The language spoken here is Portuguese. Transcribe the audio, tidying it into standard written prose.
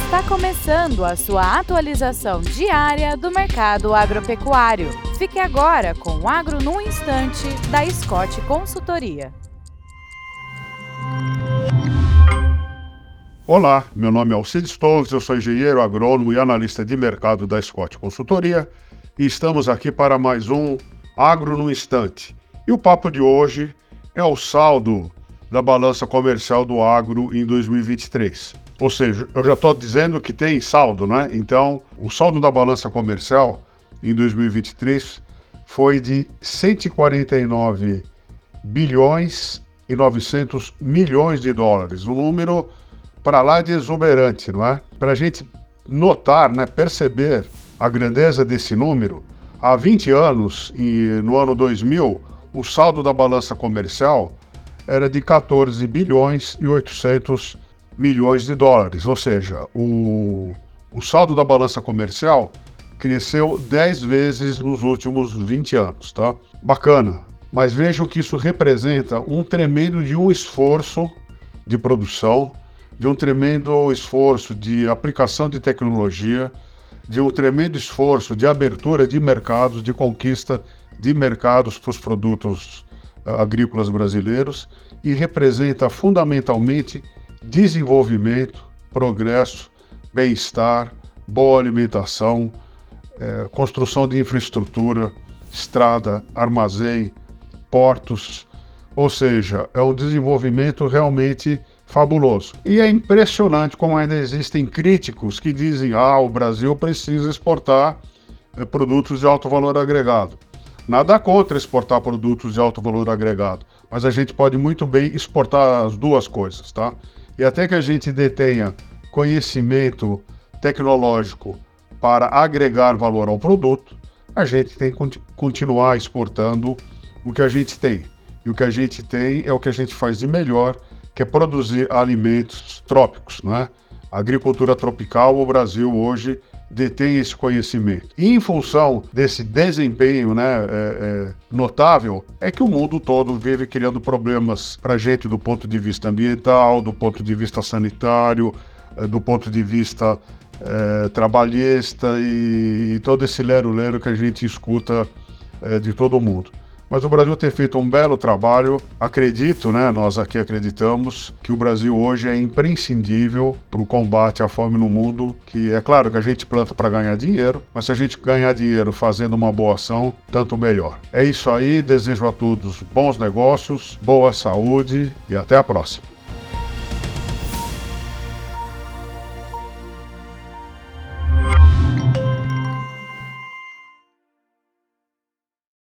Está começando a sua atualização diária do mercado agropecuário. Fique agora com o Agro no Instante, da Scott Consultoria. Olá, meu nome é Alcides Torres, eu sou engenheiro agrônomo e analista de mercado da Scott Consultoria e estamos aqui para mais um Agro no Instante. E o papo de hoje é o saldo da balança comercial do agro em 2023. Ou seja, eu já estou dizendo que tem saldo, né? Então, o saldo da balança comercial em 2023 foi de 149 bilhões e 900 milhões de dólares, um número para lá de exuberante, não é? Para a gente notar, né, perceber a grandeza desse número, há 20 anos, e no ano 2000, o saldo da balança comercial era de 14 bilhões e 800 milhões de dólares, ou seja, o saldo da balança comercial cresceu 10 vezes nos últimos 20 anos, tá? Bacana, mas vejam que isso representa um tremendo esforço de produção, de um tremendo esforço de aplicação de tecnologia, de um tremendo esforço de abertura de mercados, de conquista de mercados para os produtos agrícolas brasileiros e representa fundamentalmente desenvolvimento, progresso, bem-estar, boa alimentação, construção de infraestrutura, estrada, armazém, portos, ou seja, é um desenvolvimento realmente fabuloso. E é impressionante como ainda existem críticos que dizem: o Brasil precisa exportar produtos de alto valor agregado. Nada contra exportar produtos de alto valor agregado, mas a gente pode muito bem exportar as duas coisas, tá? E até que a gente detenha conhecimento tecnológico para agregar valor ao produto, a gente tem que continuar exportando o que a gente tem. E o que a gente tem é o que a gente faz de melhor, que é produzir alimentos trópicos, né? A agricultura tropical, o Brasil hoje detém esse conhecimento. E em função desse desempenho, né, notável, é que o mundo todo vive criando problemas para a gente do ponto de vista ambiental, do ponto de vista sanitário, do ponto de vista trabalhista e todo esse lero-lero que a gente escuta de todo mundo. Mas o Brasil tem feito um belo trabalho. Acredito, né, nós aqui acreditamos que o Brasil hoje é imprescindível para o combate à fome no mundo, que é claro que a gente planta para ganhar dinheiro, mas se a gente ganhar dinheiro fazendo uma boa ação, tanto melhor. É isso aí, desejo a todos bons negócios, boa saúde e até a próxima.